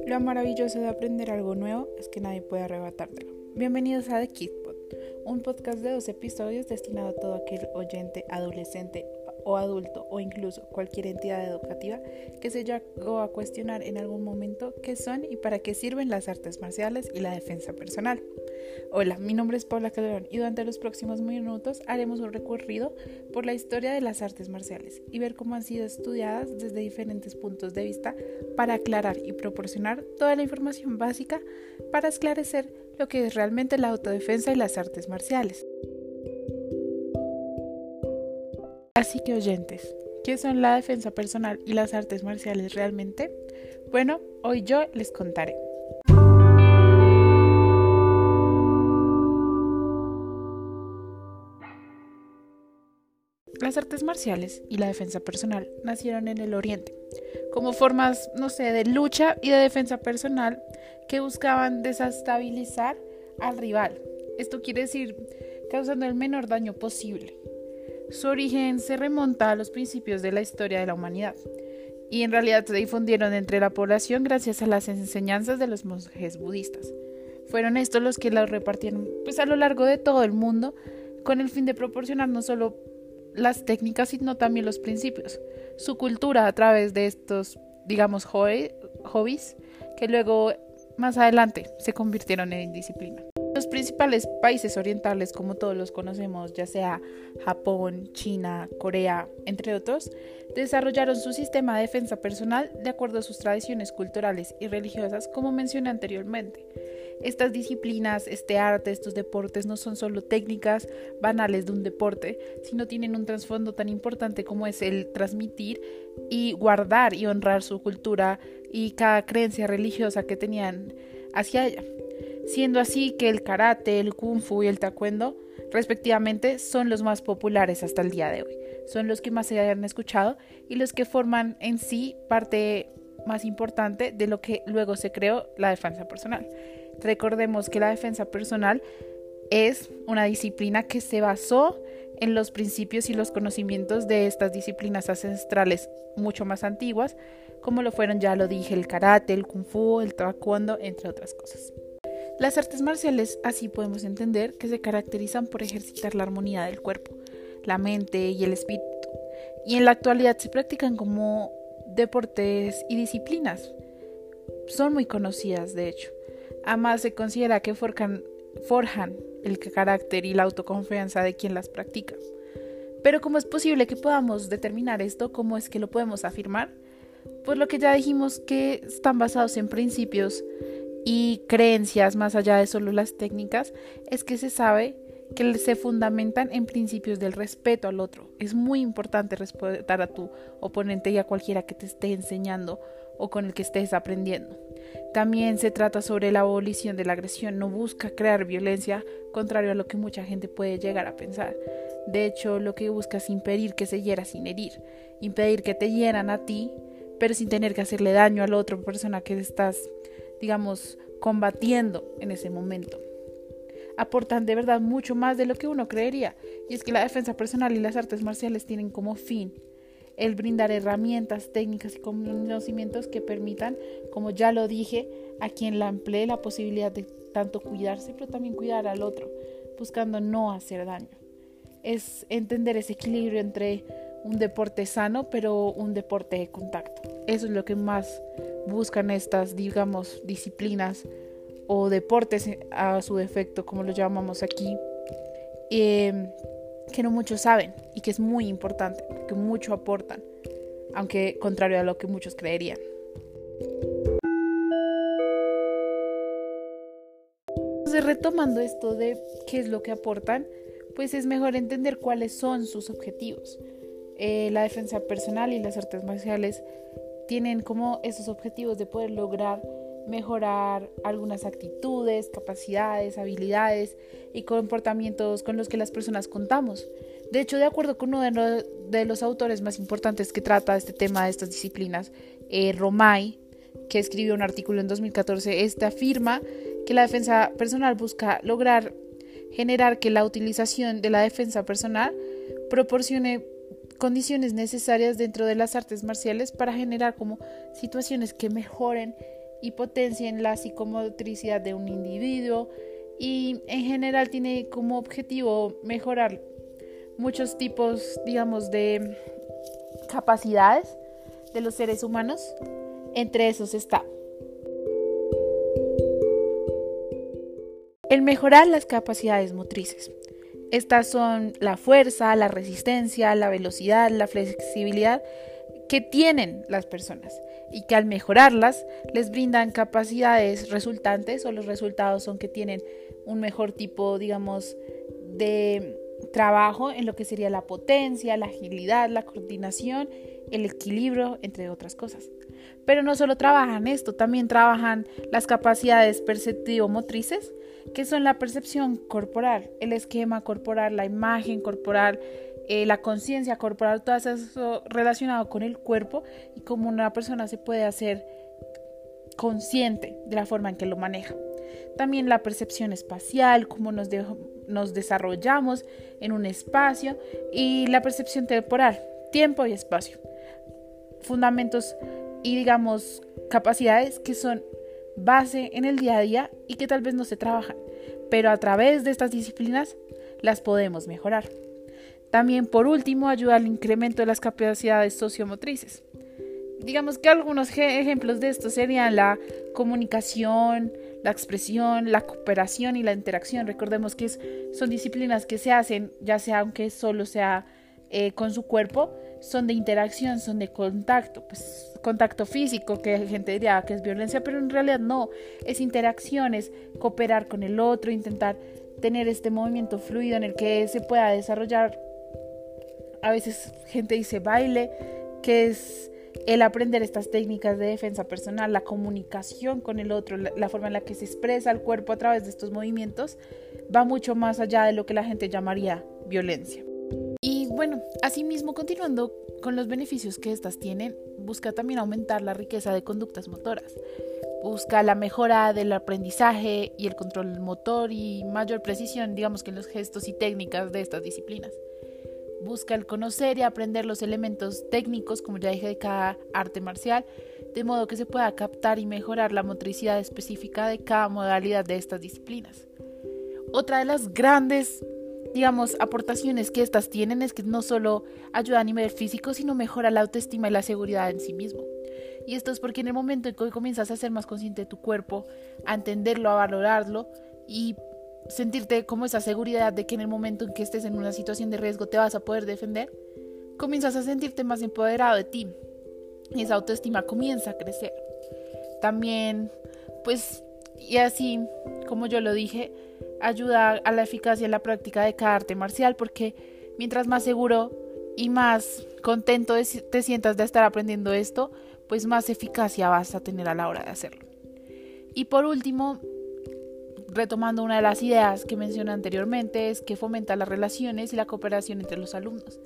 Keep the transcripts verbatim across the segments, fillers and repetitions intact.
Lo maravilloso de aprender algo nuevo es que nadie puede arrebatártelo. Bienvenidos a The Kid Pod, un podcast de dos episodios destinado a todo aquel oyente, adolescente o adulto o incluso cualquier entidad educativa que se llegó a cuestionar en algún momento qué son y para qué sirven las artes marciales y la defensa personal. Hola, mi nombre es Paula Calderón y durante los próximos minutos haremos un recorrido por la historia de las artes marciales y ver cómo han sido estudiadas desde diferentes puntos de vista para aclarar y proporcionar toda la información básica para esclarecer lo que es realmente la autodefensa y las artes marciales. Así que oyentes, ¿qué son la defensa personal y las artes marciales realmente? Bueno, hoy yo les contaré. Las artes marciales y la defensa personal nacieron en el Oriente, como formas, no sé, de lucha y de defensa personal que buscaban desestabilizar al rival. Esto quiere decir causando el menor daño posible. Su origen se remonta a los principios de la historia de la humanidad y en realidad se difundieron entre la población gracias a las enseñanzas de los monjes budistas. Fueron estos los que las repartieron pues, a lo largo de todo el mundo con el fin de proporcionar no solo las técnicas sino también los principios, su cultura a través de estos, digamos, hobbies que luego más adelante se convirtieron en disciplina. Los principales países orientales, como todos los conocemos, ya sea Japón, China, Corea, entre otros, desarrollaron su sistema de defensa personal de acuerdo a sus tradiciones culturales y religiosas, como mencioné anteriormente. Estas disciplinas, este arte, estos deportes no son solo técnicas banales de un deporte, sino tienen un trasfondo tan importante como es el transmitir y guardar y honrar su cultura y cada creencia religiosa que tenían hacia ella. Siendo así que el karate, el kung fu y el taekwondo, respectivamente, son los más populares hasta el día de hoy. Son los que más se han escuchado y los que forman en sí parte más importante de lo que luego se creó la defensa personal. Recordemos que la defensa personal es una disciplina que se basó en los principios y los conocimientos de estas disciplinas ancestrales mucho más antiguas, como lo fueron, ya lo dije, el karate, el kung fu, el taekwondo, entre otras cosas. Las artes marciales así podemos entender que se caracterizan por ejercitar la armonía del cuerpo, la mente y el espíritu, y en la actualidad se practican como deportes y disciplinas. Son muy conocidas, de hecho. Además se considera que forjan, forjan el carácter y la autoconfianza de quien las practica. Pero ¿cómo es posible que podamos determinar esto? ¿Cómo es que lo podemos afirmar? Pues lo que ya dijimos, que están basados en principios y creencias más allá de solo las técnicas, es que se sabe que se fundamentan en principios del respeto al otro. Es muy importante respetar a tu oponente y a cualquiera que te esté enseñando o con el que estés aprendiendo. También se trata sobre la abolición de la agresión, no busca crear violencia, contrario a lo que mucha gente puede llegar a pensar. De hecho, lo que busca es impedir que se hiera sin herir, impedir que te hieran a ti, pero sin tener que hacerle daño a la otra persona que estás, digamos, combatiendo en ese momento. Aportan de verdad mucho más de lo que uno creería, y es que la defensa personal y las artes marciales tienen como fin el brindar herramientas, técnicas y conocimientos que permitan, como ya lo dije, a quien la emplee la posibilidad de tanto cuidarse, pero también cuidar al otro, buscando no hacer daño. Es entender ese equilibrio entre un deporte sano, pero un deporte de contacto. Eso es lo que más buscan estas, digamos, disciplinas o deportes a su defecto, como lo llamamos aquí, eh, que no muchos saben y que es muy importante, porque mucho aportan, aunque contrario a lo que muchos creerían. Entonces, retomando esto de qué es lo que aportan, pues es mejor entender cuáles son sus objetivos. Eh, la defensa personal y las artes marciales tienen como esos objetivos de poder lograr mejorar algunas actitudes, capacidades, habilidades y comportamientos con los que las personas contamos. De hecho, de acuerdo con uno de, lo, de los autores más importantes que trata este tema de estas disciplinas, eh, Romay, que escribió un artículo en dos mil catorce, este afirma que la defensa personal busca lograr generar que la utilización de la defensa personal proporcione condiciones necesarias dentro de las artes marciales para generar como situaciones que mejoren y potencien la psicomotricidad de un individuo, y en general tiene como objetivo mejorar muchos tipos, digamos, de capacidades de los seres humanos. Entre esos está el mejorar las capacidades motrices. Estas son la fuerza, la resistencia, la velocidad, la flexibilidad que tienen las personas, y que al mejorarlas les brindan capacidades resultantes, o los resultados son que tienen un mejor tipo, digamos, de trabajo en lo que sería la potencia, la agilidad, la coordinación, el equilibrio, entre otras cosas. Pero no solo trabajan esto, también trabajan las capacidades perceptivo-motrices, que son la percepción corporal, el esquema corporal, la imagen corporal, eh, la conciencia corporal, todo eso relacionado con el cuerpo y cómo una persona se puede hacer consciente de la forma en que lo maneja. También la percepción espacial, cómo nos, de, nos desarrollamos en un espacio, y la percepción temporal, tiempo y espacio. Fundamentos y, digamos, capacidades que son base en el día a día y que tal vez no se trabajan, pero a través de estas disciplinas las podemos mejorar. También, por último, ayuda al incremento de las capacidades sociomotrices. Digamos que algunos ejemplos de esto serían la comunicación, la expresión, la cooperación y la interacción. Recordemos que es, son disciplinas que se hacen, ya sea aunque solo sea eh, con su cuerpo, son de interacción, son de contacto, pues contacto físico, que la gente diría que es violencia, pero en realidad no, es interacción, es cooperar con el otro, intentar tener este movimiento fluido en el que se pueda desarrollar. A veces gente dice baile, que es el aprender estas técnicas de defensa personal, la comunicación con el otro, la, la forma en la que se expresa el cuerpo a través de estos movimientos, va mucho más allá de lo que la gente llamaría violencia. Y bueno, asimismo, continuando con los beneficios que estas tienen, busca también aumentar la riqueza de conductas motoras. Busca la mejora del aprendizaje y el control motor y mayor precisión, digamos que en los gestos y técnicas de estas disciplinas. Busca el conocer y aprender los elementos técnicos, como ya dije, de cada arte marcial, de modo que se pueda captar y mejorar la motricidad específica de cada modalidad de estas disciplinas. Otra de las grandes, digamos, aportaciones que estas tienen es que no solo ayuda a nivel físico, sino mejora la autoestima y la seguridad en sí mismo. Y esto es porque en el momento en que comienzas a ser más consciente de tu cuerpo, a entenderlo, a valorarlo y sentirte como esa seguridad de que en el momento en que estés en una situación de riesgo te vas a poder defender, comienzas a sentirte más empoderado de ti y esa autoestima comienza a crecer. También, pues, y así como yo lo dije, ayuda a la eficacia en la práctica de cada arte marcial, porque mientras más seguro y más contento te sientas de estar aprendiendo esto, pues más eficacia vas a tener a la hora de hacerlo. Y por último, retomando una de las ideas que mencioné anteriormente, es que fomenta las relaciones y la cooperación entre los alumnos.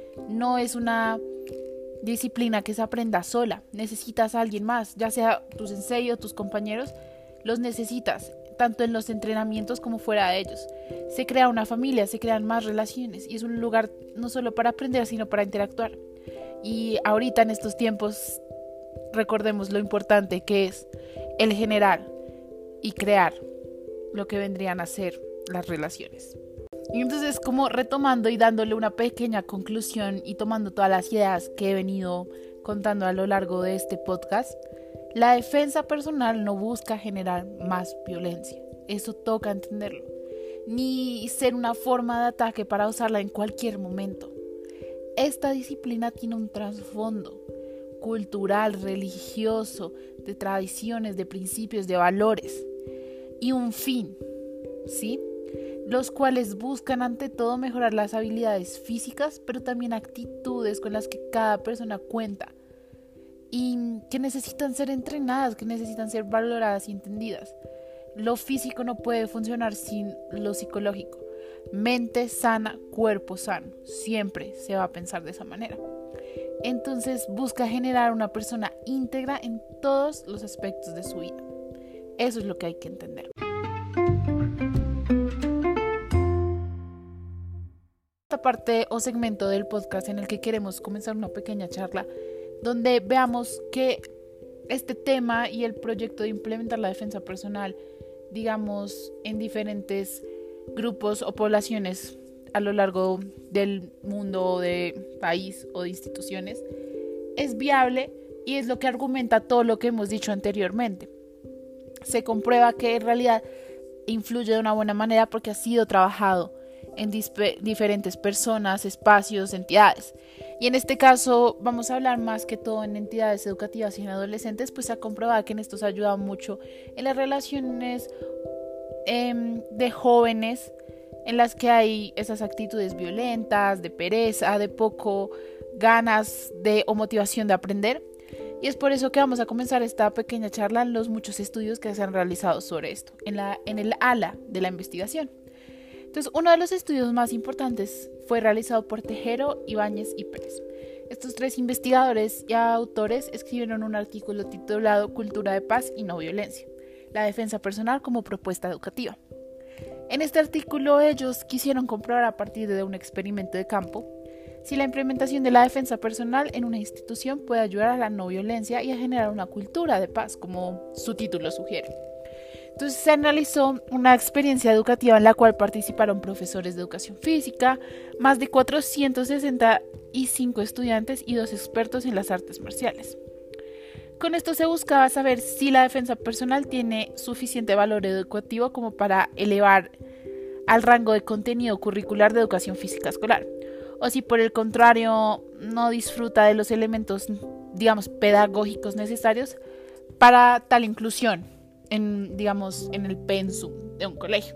No es una disciplina que se aprenda sola, necesitas a alguien más, ya sea tu sensei o tus compañeros, los necesitas, tanto en los entrenamientos como fuera de ellos. Se crea una familia, se crean más relaciones y es un lugar no solo para aprender, sino para interactuar. Y ahorita en estos tiempos, recordemos lo importante que es el generar y crear lo que vendrían a ser las relaciones. Y entonces, como retomando y dándole una pequeña conclusión y tomando todas las ideas que he venido contando a lo largo de este podcast, la defensa personal no busca generar más violencia, eso toca entenderlo, ni ser una forma de ataque para usarla en cualquier momento. Esta disciplina tiene un trasfondo cultural, religioso, de tradiciones, de principios, de valores y un fin, ¿sí? Los cuales buscan ante todo mejorar las habilidades físicas, pero también actitudes con las que cada persona cuenta y que necesitan ser entrenadas, que necesitan ser valoradas y entendidas. Lo físico no puede funcionar sin lo psicológico. Mente sana, cuerpo sano. Siempre se va a pensar de esa manera. Entonces busca generar una persona íntegra en todos los aspectos de su vida. Eso es lo que hay que entender. Esta parte o segmento del podcast en el que queremos comenzar una pequeña charla donde veamos que este tema y el proyecto de implementar la defensa personal, digamos, en diferentes grupos o poblaciones a lo largo del mundo, de país o de instituciones, es viable y es lo que argumenta todo lo que hemos dicho anteriormente. Se comprueba que en realidad influye de una buena manera porque ha sido trabajado en disp- diferentes personas, espacios, entidades. Y en este caso vamos a hablar más que todo en entidades educativas y en adolescentes, pues se ha comprobado que en esto se ha ayudado mucho en las relaciones eh, de jóvenes en las que hay esas actitudes violentas, de pereza, de poco ganas de o motivación de aprender. Y es por eso que vamos a comenzar esta pequeña charla en los muchos estudios que se han realizado sobre esto, en, la, en el ala de la investigación. Entonces, uno de los estudios más importantes fue realizado por Tejero, Ibáñez y Pérez. Estos tres investigadores y autores escribieron un artículo titulado Cultura de Paz y No Violencia, la defensa personal como propuesta educativa. En este artículo ellos quisieron comprobar a partir de un experimento de campo si la implementación de la defensa personal en una institución puede ayudar a la no violencia y a generar una cultura de paz, como su título sugiere. Entonces se analizó una experiencia educativa en la cual participaron profesores de educación física, más de cuatrocientos sesenta y cinco estudiantes y dos expertos en las artes marciales. Con esto se buscaba saber si la defensa personal tiene suficiente valor educativo como para elevar al rango de contenido curricular de educación física escolar, o si por el contrario no disfruta de los elementos, digamos, pedagógicos necesarios para tal inclusión en, digamos, en el pensum de un colegio.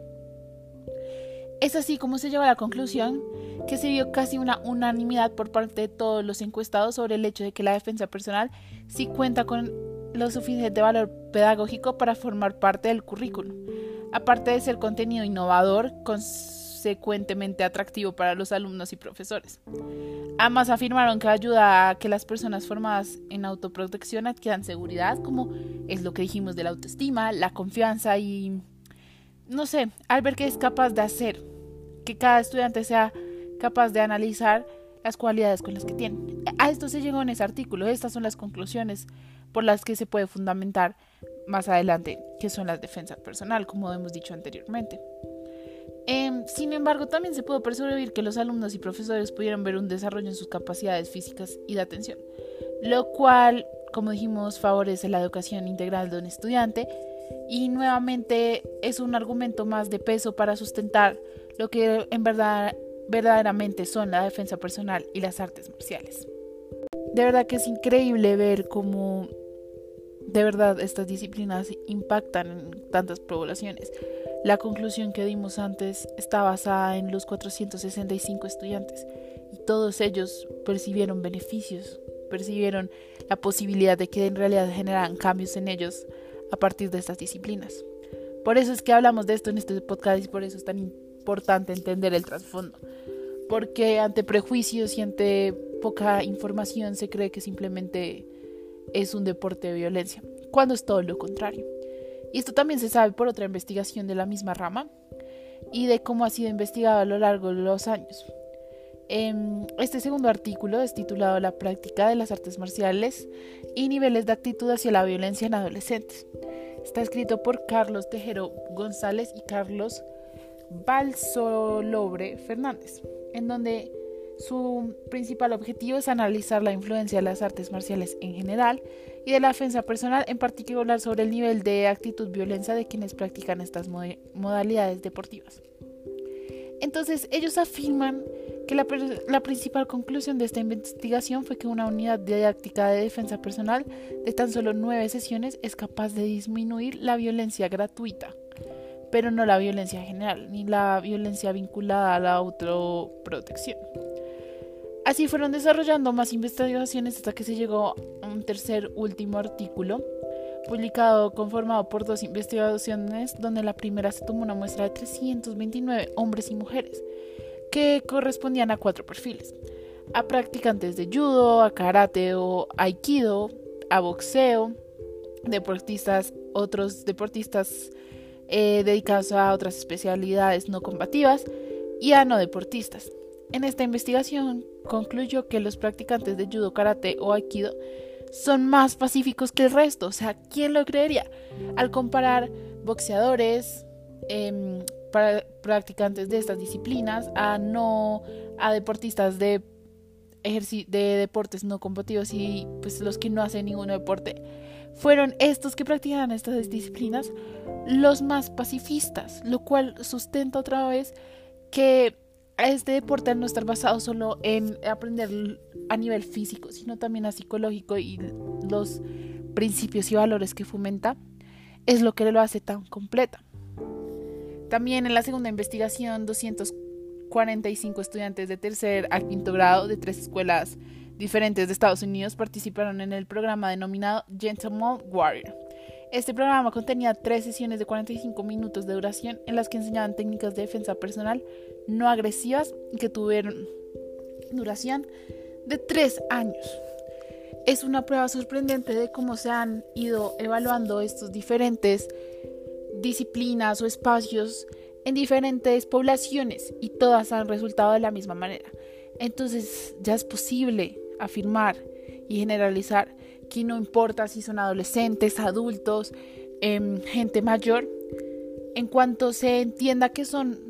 Es así como se llegó a la conclusión que se vio casi una unanimidad por parte de todos los encuestados sobre el hecho de que la defensa personal sí cuenta con lo suficiente valor pedagógico para formar parte del currículum, aparte de ser contenido innovador, consecuentemente atractivo para los alumnos y profesores. Ambas afirmaron que ayuda a que las personas formadas en autoprotección adquieran seguridad, como es lo que dijimos de la autoestima, la confianza y, no sé, al ver que es capaz de hacer, que cada estudiante sea capaz de analizar las cualidades con las que tiene. A esto se llegó en ese artículo. Estas son las conclusiones por las que se puede fundamentar más adelante, que son las defensas personal, como hemos dicho anteriormente. Eh, sin embargo, también se pudo percibir que los alumnos y profesores pudieron ver un desarrollo en sus capacidades físicas y de atención, lo cual, como dijimos, favorece la educación integral de un estudiante y nuevamente es un argumento más de peso para sustentar lo que en verdad verdaderamente son la defensa personal y las artes marciales. De verdad que es increíble ver cómo de verdad estas disciplinas impactan en tantas poblaciones. La conclusión que dimos antes está basada en los cuatrocientos sesenta y cinco estudiantes y todos ellos percibieron beneficios, percibieron la posibilidad de que en realidad generaran cambios en ellos a partir de estas disciplinas. Por eso es que hablamos de esto en este podcast y por eso es tan importante entender el trasfondo, porque ante prejuicios y ante poca información se cree que simplemente es un deporte de violencia, cuando es todo lo contrario. Y esto también se sabe por otra investigación de la misma rama y de cómo ha sido investigado a lo largo de los años. Este segundo artículo es titulado La práctica de las artes marciales y niveles de actitud hacia la violencia en adolescentes. Está escrito por Carlos Tejero González y Carlos Balsolobre Fernández, en donde su principal objetivo es analizar la influencia de las artes marciales en general y de la defensa personal, en particular sobre el nivel de actitud violencia de quienes practican estas mod- modalidades deportivas. Entonces, ellos afirman que la, la principal conclusión de esta investigación fue que una unidad didáctica de defensa personal de tan solo nueve sesiones es capaz de disminuir la violencia gratuita, pero no la violencia general, ni la violencia vinculada a la autoprotección. Así fueron desarrollando más investigaciones hasta que se llegó a un tercer último artículo, publicado conformado por dos investigaciones, donde la primera se tomó una muestra de trescientos veintinueve hombres y mujeres, que correspondían a cuatro perfiles: a practicantes de judo, a karate o aikido, a boxeo, deportistas, otros deportistas eh, dedicados a otras especialidades no combativas y a no deportistas. En esta investigación concluyó que los practicantes de judo, karate o aikido son más pacíficos que el resto. O sea, ¿quién lo creería? Al comparar boxeadores, eh, para practicantes de estas disciplinas, a no a deportistas de, ejerci- de deportes no competitivos y pues los que no hacen ningún deporte, fueron estos que practican estas disciplinas los más pacifistas, lo cual sustenta otra vez que este deporte, al no estar basado solo en aprender a nivel físico, sino también a psicológico y los principios y valores que fomenta, es lo que lo hace tan completa. También en la segunda investigación, doscientos cuarenta y cinco estudiantes de tercer a quinto grado de tres escuelas diferentes de Estados Unidos participaron en el programa denominado Gentleman Warrior. Este programa contenía tres sesiones de cuarenta y cinco minutos de duración en las que enseñaban técnicas de defensa personal no agresivas que tuvieron duración de tres años. Es una prueba sorprendente de cómo se han ido evaluando estos diferentes disciplinas o espacios en diferentes poblaciones y todas han resultado de la misma manera. Entonces ya es posible afirmar y generalizar que no importa si son adolescentes, adultos, eh, gente mayor, en cuanto se entienda que son,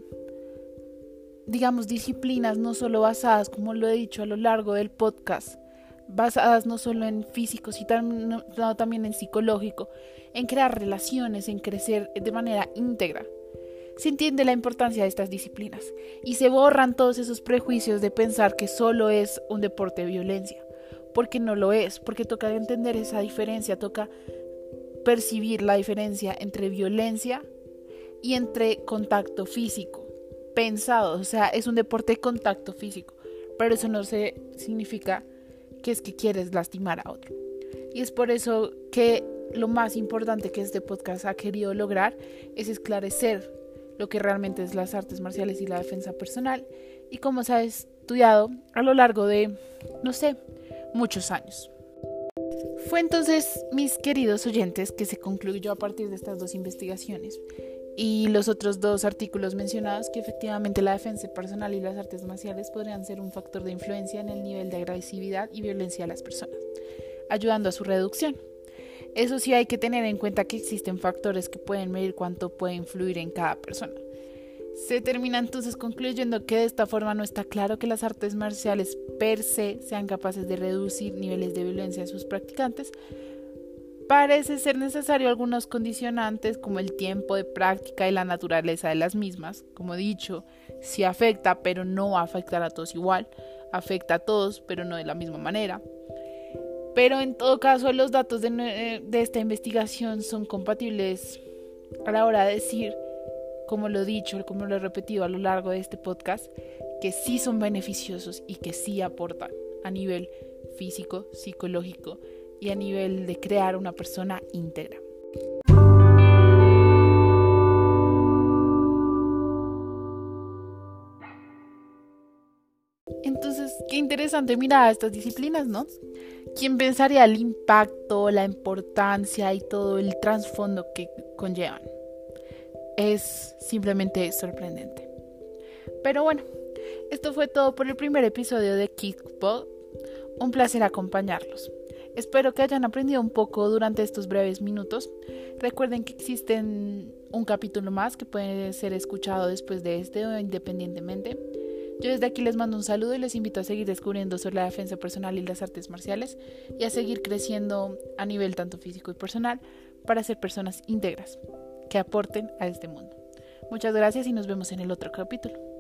digamos, disciplinas no solo basadas, como lo he dicho a lo largo del podcast, basadas no solo en físico, sino también en psicológico, en crear relaciones, en crecer de manera íntegra. Se entiende la importancia de estas disciplinas y se borran todos esos prejuicios de pensar que solo es un deporte de violencia, porque no lo es, porque toca entender esa diferencia, toca percibir la diferencia entre violencia y entre contacto físico, pensado, o sea, es un deporte de contacto físico, pero eso no se significa que es que quieres lastimar a otro. Y es por eso que lo más importante que este podcast ha querido lograr es esclarecer lo que realmente es las artes marciales y la defensa personal y cómo se ha estudiado a lo largo de, no sé, muchos años. Fue entonces, mis queridos oyentes, que se concluyó a partir de estas dos investigaciones y los otros dos artículos mencionados que efectivamente la defensa personal y las artes marciales podrían ser un factor de influencia en el nivel de agresividad y violencia de las personas, ayudando a su reducción. Eso sí, hay que tener en cuenta que existen factores que pueden medir cuánto puede influir en cada persona. Se termina entonces concluyendo que de esta forma no está claro que las artes marciales per se sean capaces de reducir niveles de violencia de sus practicantes. Parece ser necesario algunos condicionantes como el tiempo de práctica y la naturaleza de las mismas. Como he dicho, sí afecta, pero no va a afectar a todos igual. Afecta a todos, pero no de la misma manera. Pero en todo caso, los datos de, de esta investigación son compatibles a la hora de decir, como lo he dicho, como lo he repetido a lo largo de este podcast, que sí son beneficiosos y que sí aportan a nivel físico, psicológico y a nivel de crear una persona íntegra. Entonces, qué interesante mirar estas disciplinas, ¿no? ¿Quién pensaría el impacto, la importancia y todo el trasfondo que conllevan? Es simplemente sorprendente. Pero bueno, esto fue todo por el primer episodio de Kickpod. Un placer acompañarlos. Espero que hayan aprendido un poco durante estos breves minutos. Recuerden que existen un capítulo más que puede ser escuchado después de este o independientemente. Yo desde aquí les mando un saludo y les invito a seguir descubriendo sobre la defensa personal y las artes marciales y a seguir creciendo a nivel tanto físico y personal para ser personas íntegras que aporten a este mundo. Muchas gracias y nos vemos en el otro capítulo.